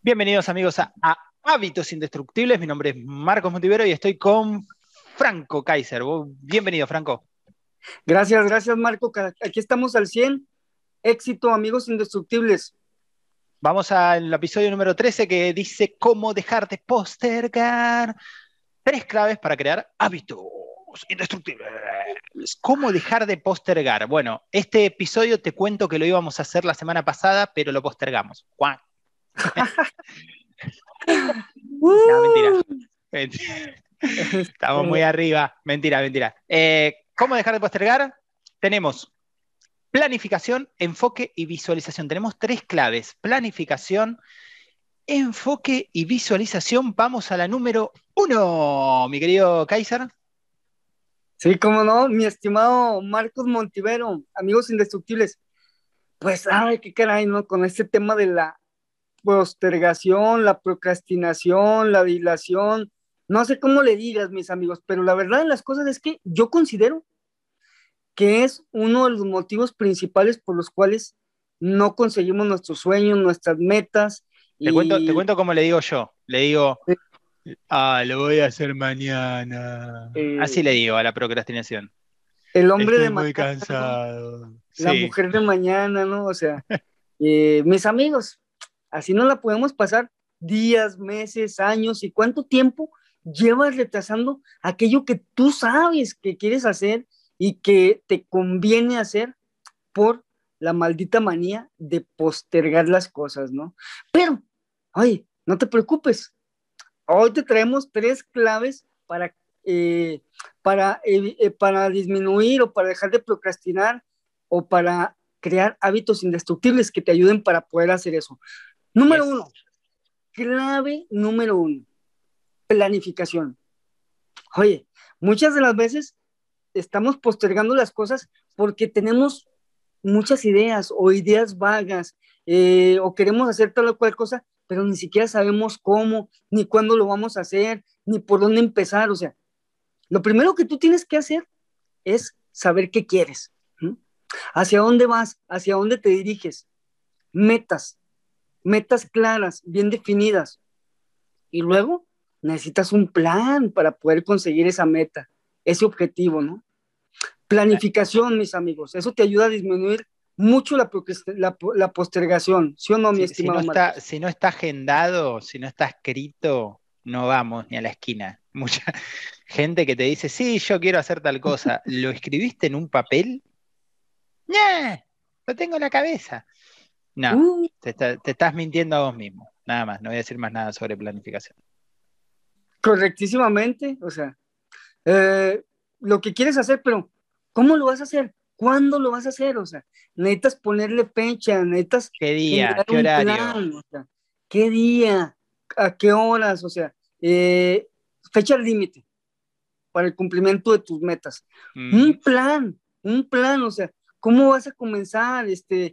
Bienvenidos amigos a Hábitos Indestructibles. Mi nombre es Marcos Montivero y estoy con Franco Kaiser. Bienvenido, Franco. Gracias, Marco. Aquí estamos al 100. Éxito, amigos indestructibles. Vamos al episodio número 13 que dice cómo dejar de postergar. 3 claves para crear hábitos indestructibles. ¿Cómo dejar de postergar? Bueno, este episodio te cuento que lo íbamos a hacer la semana pasada, pero lo postergamos. ¡Juan! No, mentira. Estamos muy arriba. Mentira. ¿Cómo dejar de postergar? Tenemos planificación, enfoque y visualización. Tenemos 3 claves. Planificación, enfoque y visualización. Vamos a la número 1, mi querido Kaiser. Sí, cómo no, mi estimado Marcos Montivero, amigos indestructibles. Pues, ay, qué caray, ¿no? Con este tema de la postergación, la procrastinación, la dilación, no sé cómo le digas, mis amigos, pero la verdad de las cosas es que yo considero que es uno de los motivos principales por los cuales no conseguimos nuestros sueños, nuestras metas Te y cuento cómo le digo yo. Le digo, lo voy a hacer mañana. eh, Así le digo a la procrastinación. el hombre de Estoy muy mañana, ¿no? cansado. La Sí. mujer de mañana, ¿no? O sea, mis amigos, así no la podemos pasar días, meses, años y cuánto tiempo llevas retrasando aquello que tú sabes que quieres hacer y que te conviene hacer por la maldita manía de postergar las cosas, ¿no? Pero, oye, no te preocupes, hoy te traemos 3 claves para disminuir o para dejar de procrastinar o para crear hábitos indestructibles que te ayuden para poder hacer eso. Número Yes. 1, clave número 1, planificación. Oye, muchas de las veces estamos postergando las cosas porque tenemos muchas ideas o ideas vagas, o queremos hacer tal o cual cosa, pero ni siquiera sabemos cómo, ni cuándo lo vamos a hacer, ni por dónde empezar. O sea, lo primero que tú tienes que hacer es saber qué quieres, ¿sí? Hacia dónde vas, hacia dónde te diriges, metas, metas claras, bien definidas. Y luego necesitas un plan para poder conseguir esa meta, ese objetivo, ¿no? Planificación, mis amigos, eso te ayuda a disminuir mucho la postergación, ¿sí o no, mi Si no estimado Marcos? si no está agendado, si no está escrito, no vamos ni a la esquina. Mucha gente que te dice, sí, yo quiero hacer tal cosa. ¿Lo escribiste en un papel? ¡Nah! Lo tengo en la cabeza. No, Uh, te estás mintiendo a vos mismo. Nada más, no voy a decir más nada sobre planificación. Correctísimamente, o sea, eh, lo que quieres hacer, pero ¿cómo lo vas a hacer? ¿Cuándo lo vas a hacer? O sea, necesitas ponerle fecha, necesitas ¿Qué día? generar ¿Qué un horario? plan, o sea, ¿qué día? ¿A qué horas? O sea, fecha límite para el cumplimiento de tus metas. Ujú. Un plan, o sea, ¿cómo vas a comenzar?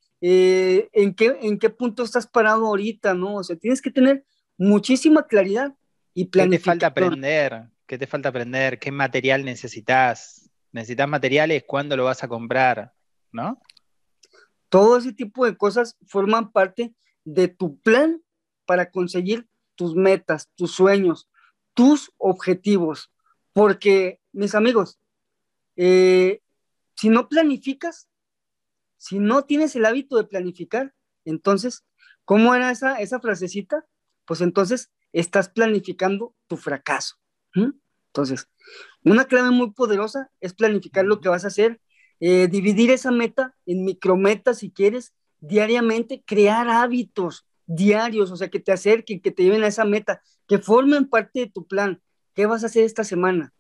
¿En qué punto estás parado ahorita, no? O sea, tienes que tener muchísima claridad y ¿Qué te falta planificación. aprender? ¿Qué te falta aprender? ¿Qué material necesitas? ¿Necesitas materiales? ¿Cuándo lo vas a comprar? ¿No? Todo ese tipo de cosas forman parte de tu plan para conseguir tus metas, tus sueños, tus objetivos. Porque, mis amigos, eh, si no planificas, si no tienes el hábito de planificar, entonces, ¿cómo era esa frasecita? Pues entonces estás planificando tu fracaso. ¿Mm? Entonces, una clave muy poderosa es planificar lo Ujú. que vas a hacer, dividir esa meta en micrometas si quieres, diariamente, crear hábitos diarios, o sea, que te acerquen, que te lleven a esa meta, que formen parte de tu plan. ¿Qué vas a hacer esta semana?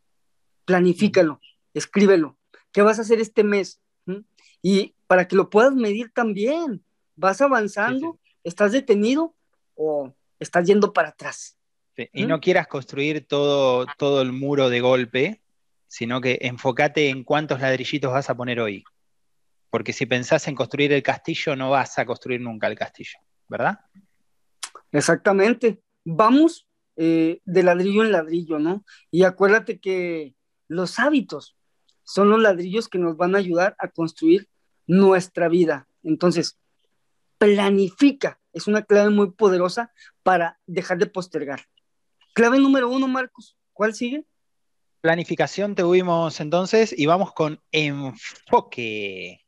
Ujú. Planifícalo, escríbelo. ¿Qué vas a hacer este mes? ¿Mm? Y para que lo puedas medir también, ¿vas Sí, sí. avanzando? ¿Estás detenido o estás yendo para atrás? Sí, y ¿Mm? no quieras construir todo el muro de golpe, sino que enfócate en cuántos ladrillitos vas a poner hoy. Porque si pensás en construir el castillo, no vas a construir nunca el castillo, ¿verdad? Exactamente. Vamos de ladrillo en ladrillo, ¿no? Y acuérdate que los hábitos son los ladrillos que nos van a ayudar a construir nuestra vida. Entonces, planifica, es una clave muy poderosa para dejar de postergar. Clave número 1, Marcos, ¿cuál sigue? Planificación tuvimos entonces y vamos con enfoque.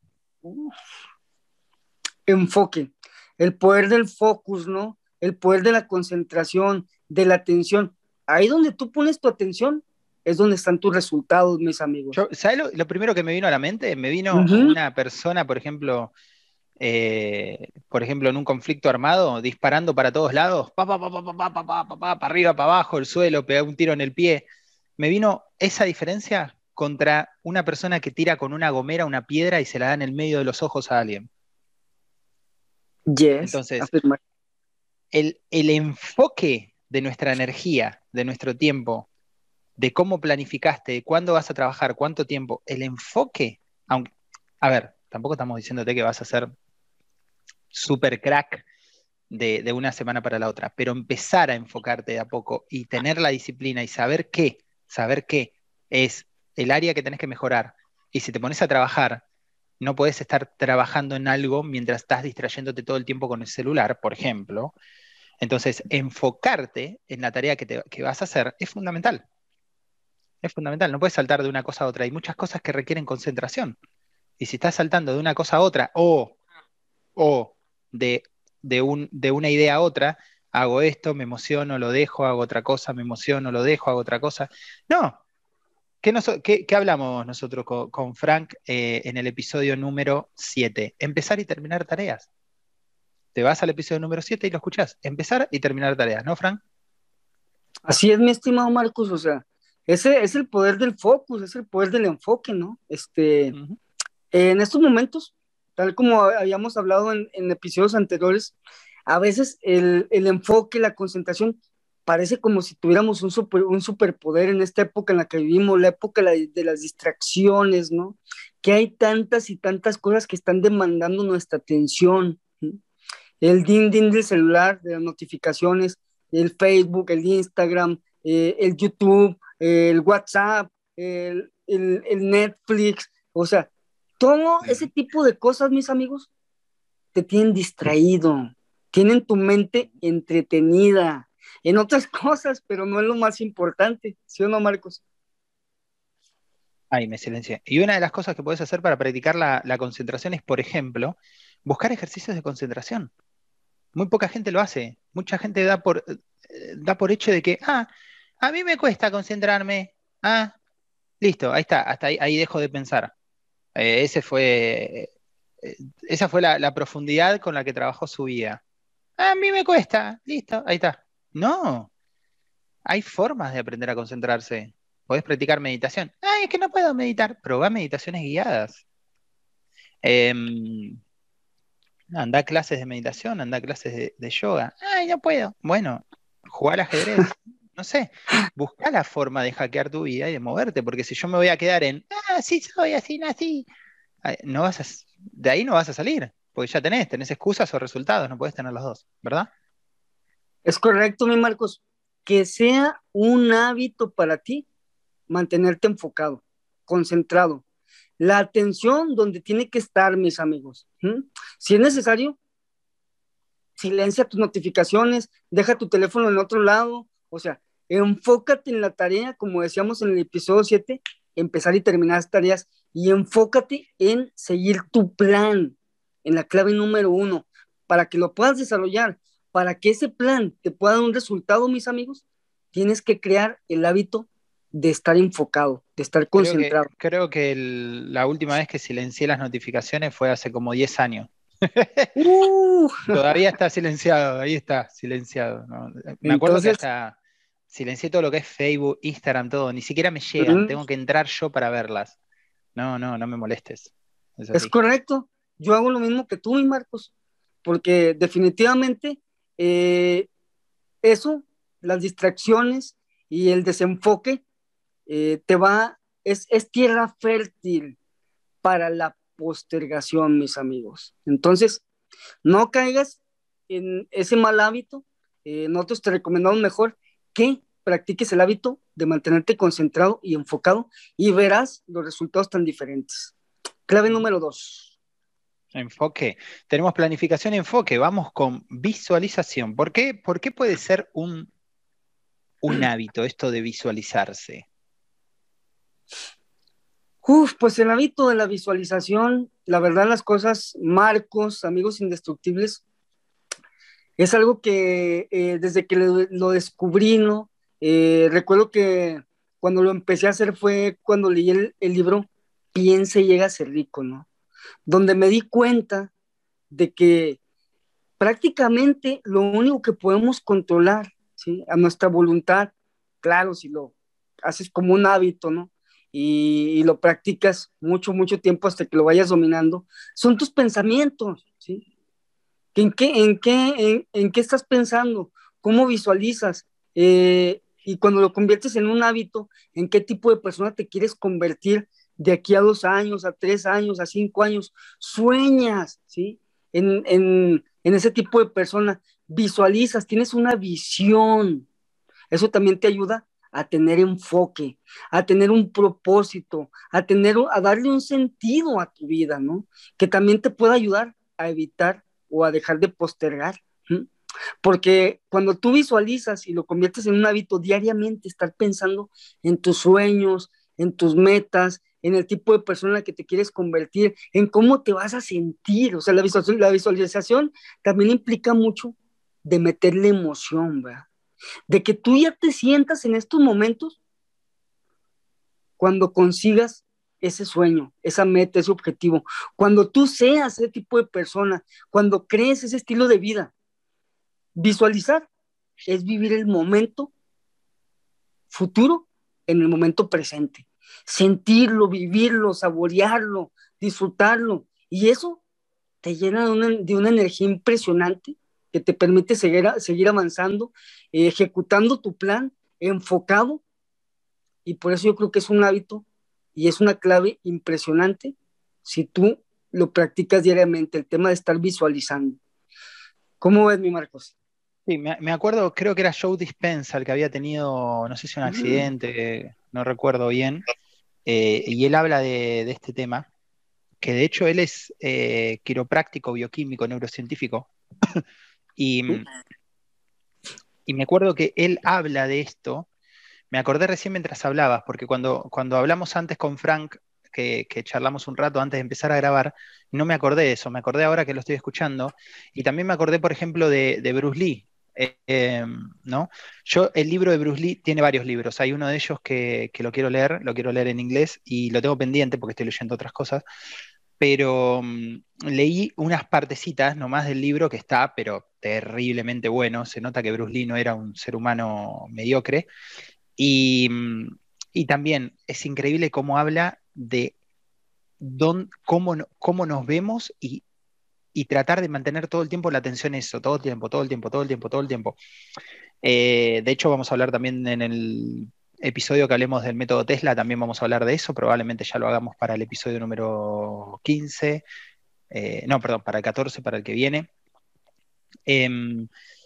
Enfoque, el poder del focus, ¿no? El poder de la concentración, de la atención. Ahí donde tú pones tu atención es donde están tus resultados, mis amigos. ¿Sabes lo primero que me vino a la mente? Me vino Ujú. una persona, por ejemplo, en un conflicto armado, disparando para todos lados, para arriba, para abajo, el suelo, pegar un tiro en el pie. Me vino esa diferencia contra una persona que tira con una gomera una piedra y se la da en el medio de los ojos a alguien. Yes, Entonces, afirma. el enfoque de nuestra energía, de nuestro tiempo, de cómo planificaste, de cuándo vas a trabajar, cuánto tiempo, el enfoque, aunque, a ver, tampoco estamos diciéndote que vas a ser super crack de una semana para la otra, pero empezar a enfocarte de a poco y tener la disciplina y saber qué es el área que tenés que mejorar. Y si te pones a trabajar, no podés estar trabajando en algo mientras estás distrayéndote todo el tiempo con el celular, por ejemplo. Entonces, enfocarte en la tarea que vas a hacer es fundamental. Es fundamental, no puedes saltar de una cosa a otra. Hay muchas cosas que requieren concentración. Y si estás saltando de una cosa a otra o de, de una idea a otra, hago esto, me emociono, lo dejo, hago otra cosa, me emociono, lo dejo, hago otra cosa. No, ¿qué hablamos nosotros con Frank en el episodio número 7? Empezar y terminar tareas. Te vas al episodio número 7 y lo escuchás. Empezar y terminar tareas, ¿no, Frank? Así es, mi estimado Marcos, o sea, ese es el poder del focus, es el poder del enfoque, ¿no? Ujú. En estos momentos, tal como habíamos hablado en episodios anteriores, a veces el enfoque, la concentración, parece como si tuviéramos un superpoder en esta época en la que vivimos, la época de las distracciones, ¿no? Que hay tantas y tantas cosas que están demandando nuestra atención, ¿sí? El din-din del celular, de las notificaciones, el Facebook, el Instagram, el YouTube, el WhatsApp, el Netflix, o sea, todo ese Ujú. tipo de cosas, mis amigos, te tienen distraído, tienen tu mente entretenida en otras cosas, pero no es lo más importante, ¿sí o no, Marcos? Ay, me silencié. Y una de las cosas que puedes hacer para practicar la concentración es, por ejemplo, buscar ejercicios de concentración. Muy poca gente lo hace. Mucha gente da por hecho de que, a mí me cuesta concentrarme. Ah, listo, ahí está, hasta ahí dejo de pensar. Esa fue la profundidad con la que trabajó su vida. A mí me cuesta, listo, ahí está. No, hay formas de aprender a concentrarse. Podés practicar meditación. Ay, es que no puedo meditar. Probá meditaciones guiadas. Em, Anda a clases de meditación, anda a clases de yoga. Ay, no puedo. Bueno, jugar al ajedrez. No sé, busca la forma de hackear tu vida y de moverte, porque si yo me voy a quedar sí soy así, nací, no de ahí no vas a salir, porque ya tenés excusas o resultados, no puedes tener los dos, ¿verdad? Es correcto, mi Marcos, que sea un hábito para ti mantenerte enfocado, concentrado. La atención donde tiene que estar, mis amigos. ¿Mm? Si es necesario, silencia tus notificaciones, deja tu teléfono en otro lado, o sea, enfócate en la tarea, como decíamos en el episodio 7, empezar y terminar las tareas, y enfócate en seguir tu plan, en la clave número 1, para que lo puedas desarrollar, para que ese plan te pueda dar un resultado, mis amigos, tienes que crear el hábito de estar enfocado, de estar concentrado. Creo que la última vez que silencié las notificaciones fue hace como 10 años. Uh, Todavía está silenciado, ahí está, silenciado, ¿no? Me acuerdo que entonces, hasta silencié todo lo que es Facebook, Instagram, todo, ni siquiera me llegan, tengo que entrar yo para verlas. No, no, no me molestes. Es es así. correcto. Yo hago lo mismo que tú, mi Marcos, porque definitivamente eh, eso, las distracciones y el desenfoque es tierra fértil para la postergación, mis amigos. Entonces, no caigas en ese mal hábito. Nosotros te recomendamos mejor que practiques el hábito de mantenerte concentrado y enfocado y verás los resultados tan diferentes. Clave Ujú. número 2. Enfoque. Tenemos planificación y enfoque. Vamos con visualización. ¿Por qué puede ser un hábito esto de visualizarse? Pues el hábito de la visualización, la verdad, las cosas, Marcos, amigos indestructibles, es algo que desde que lo descubrí, ¿no? Recuerdo que cuando lo empecé a hacer fue cuando leí el libro Piensa y llega a ser rico, ¿no? Donde me di cuenta de que prácticamente lo único que podemos controlar, ¿sí? A nuestra voluntad, claro, si lo haces como un hábito, ¿no? Y lo practicas mucho, mucho tiempo hasta que lo vayas dominando, son tus pensamientos, ¿sí? ¿En qué estás pensando? ¿Cómo visualizas? Y cuando lo conviertes en un hábito, ¿en qué tipo de persona te quieres convertir de aquí a 2 años, a 3 años, a 5 años? Sueñas, ¿sí? En ese tipo de persona, visualizas, tienes una visión. Eso también te ayuda a tener enfoque, a tener un propósito, a darle un sentido a tu vida, ¿no? Que también te pueda ayudar a evitar o a dejar de postergar. ¿Sí? Porque cuando tú visualizas y lo conviertes en un hábito diariamente, estar pensando en tus sueños, en tus metas, en el tipo de persona en la que te quieres convertir, en cómo te vas a sentir. O sea, la visualización también implica mucho de meterle emoción, ¿verdad? De que tú ya te sientas en estos momentos cuando consigas ese sueño, esa meta, ese objetivo, cuando tú seas ese tipo de persona, cuando crees ese estilo de vida. Visualizar es vivir el momento futuro en el momento presente, sentirlo, vivirlo, saborearlo, disfrutarlo, y eso te llena de una energía impresionante que te permite seguir avanzando, ejecutando tu plan, enfocado, y por eso yo creo que es un hábito y es una clave impresionante si tú lo practicas diariamente, el tema de estar visualizando. ¿Cómo ves, mi Marcos? Sí, me acuerdo, creo que era Joe Dispenza el que había tenido, no sé si un accidente, no recuerdo bien, y él habla de este tema, que de hecho él es quiropráctico, bioquímico, neurocientífico, y, y me acuerdo que él habla de esto. Me acordé recién mientras hablabas, porque cuando hablamos antes con Frank, que charlamos un rato antes de empezar a grabar, no me acordé de eso, me acordé ahora que lo estoy escuchando, y también me acordé, por ejemplo, de Bruce Lee, ¿no? Yo, el libro de Bruce Lee tiene varios libros, hay uno de ellos que lo quiero leer en inglés, y lo tengo pendiente porque estoy leyendo otras cosas, pero leí unas partecitas nomás del libro que está, pero terriblemente bueno, se nota que Bruce Lee no era un ser humano mediocre, y, y también es increíble cómo habla de cómo, cómo nos vemos y tratar de mantener todo el tiempo la atención en eso, todo el tiempo, todo el tiempo, todo el tiempo, todo el tiempo. De hecho, vamos a hablar también en el episodio que hablemos del método Tesla, también vamos a hablar de eso, probablemente ya lo hagamos para el episodio número 15, no, perdón, para el 14, para el que viene. Em,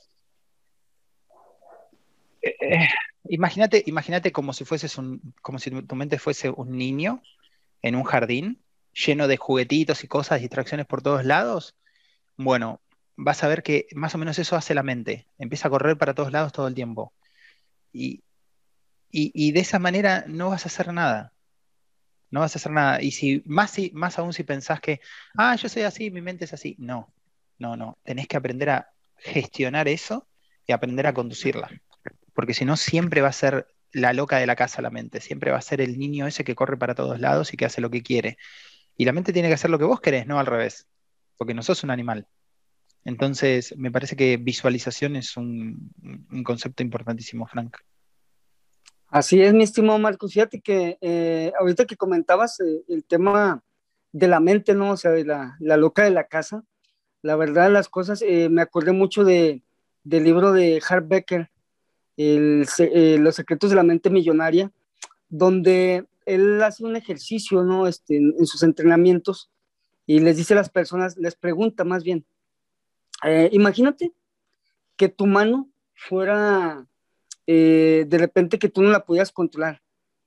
eh, imagínate como si como si tu mente fuese un niño en un jardín lleno de juguetitos y cosas, distracciones por todos lados. Bueno, vas a ver que más o menos eso hace la mente. Empieza a correr para todos lados todo el tiempo. Y, y de esa manera no vas a hacer nada. No vas a hacer nada. Y si más aún si pensás que, yo soy así, mi mente es así. No, no, no. Tenés que aprender a gestionar eso y aprender a conducirla. Porque si no, siempre va a ser la loca de la casa la mente. Siempre va a ser el niño ese que corre para todos lados y que hace lo que quiere. Y la mente tiene que hacer lo que vos querés, no al revés. Porque no sos un animal. Entonces, me parece que visualización es un concepto importantísimo, Frank. Así es, mi estimado Marcos. Fíjate que ahorita que comentabas el tema de la mente, ¿no? O sea, de la loca de la casa, la verdad, las cosas, me acordé mucho del libro de Hart Becker, Los secretos de la mente millonaria, donde él hace un ejercicio, ¿no? En sus entrenamientos y les dice a las personas, les pregunta más bien, imagínate que tu mano fuera de repente que tú no la podías controlar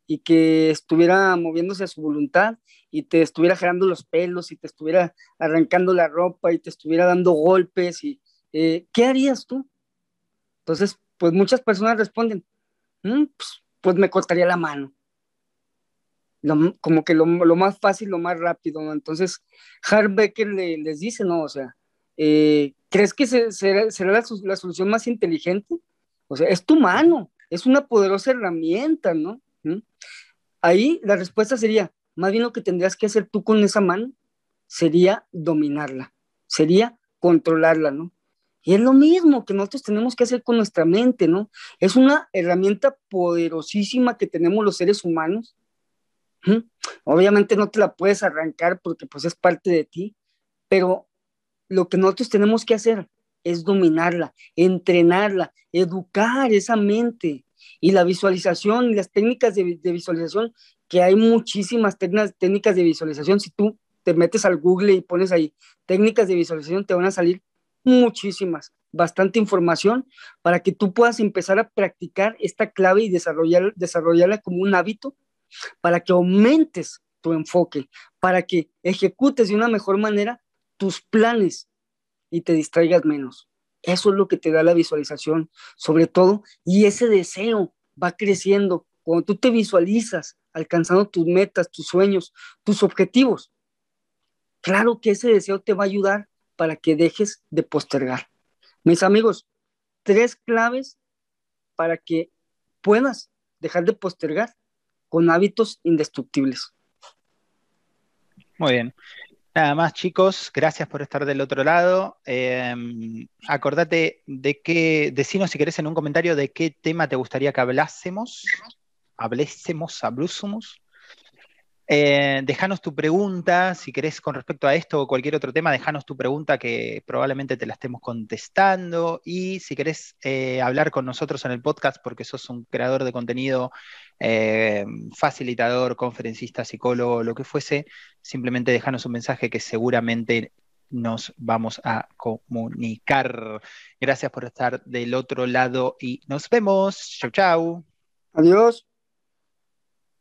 y que estuviera moviéndose a su voluntad y te estuviera jalando los pelos y te estuviera arrancando la ropa y te estuviera dando golpes y ¿qué harías tú? Entonces, pues muchas personas responden, pues me cortaría la mano. Como que lo más fácil, lo más rápido, ¿no? Entonces, Becker les dice, ¿no? O sea, ¿crees que será la solución más inteligente? O sea, es tu mano, es una poderosa herramienta, ¿no? Ahí la respuesta sería, más bien lo que tendrías que hacer tú con esa mano sería dominarla, sería controlarla, ¿no? Y es lo mismo que nosotros tenemos que hacer con nuestra mente, ¿no? Es una herramienta poderosísima que tenemos los seres humanos. Obviamente no te la puedes arrancar porque pues es parte de ti, pero lo que nosotros tenemos que hacer es dominarla, entrenarla, educar esa mente y la visualización y las técnicas de visualización, que hay muchísimas técnicas de visualización. Si tú te metes al Google y pones ahí técnicas de visualización, te van a salir muchísimas, bastante información para que tú puedas empezar a practicar esta clave y desarrollarla como un hábito para que aumentes tu enfoque, para que ejecutes de una mejor manera tus planes y te distraigas menos. Eso es lo que te da la visualización, sobre todo, y ese deseo va creciendo. Cuando tú te visualizas alcanzando tus metas, tus sueños, tus objetivos, claro que ese deseo te va a ayudar para que dejes de postergar. Mis amigos, 3 claves para que puedas dejar de postergar con hábitos indestructibles. Muy bien. Nada más, chicos, gracias por estar del otro lado. Acordate decinos si querés en un comentario de qué tema te gustaría que hablásemos. Dejanos tu pregunta, si querés con respecto a esto o cualquier otro tema, dejanos tu pregunta que probablemente te la estemos contestando. Y si querés hablar con nosotros en el podcast, porque sos un creador de contenido, facilitador, conferencista, psicólogo, lo que fuese, simplemente dejanos un mensaje que seguramente nos vamos a comunicar. Gracias por estar del otro lado y nos vemos. Chau, chau. Adiós.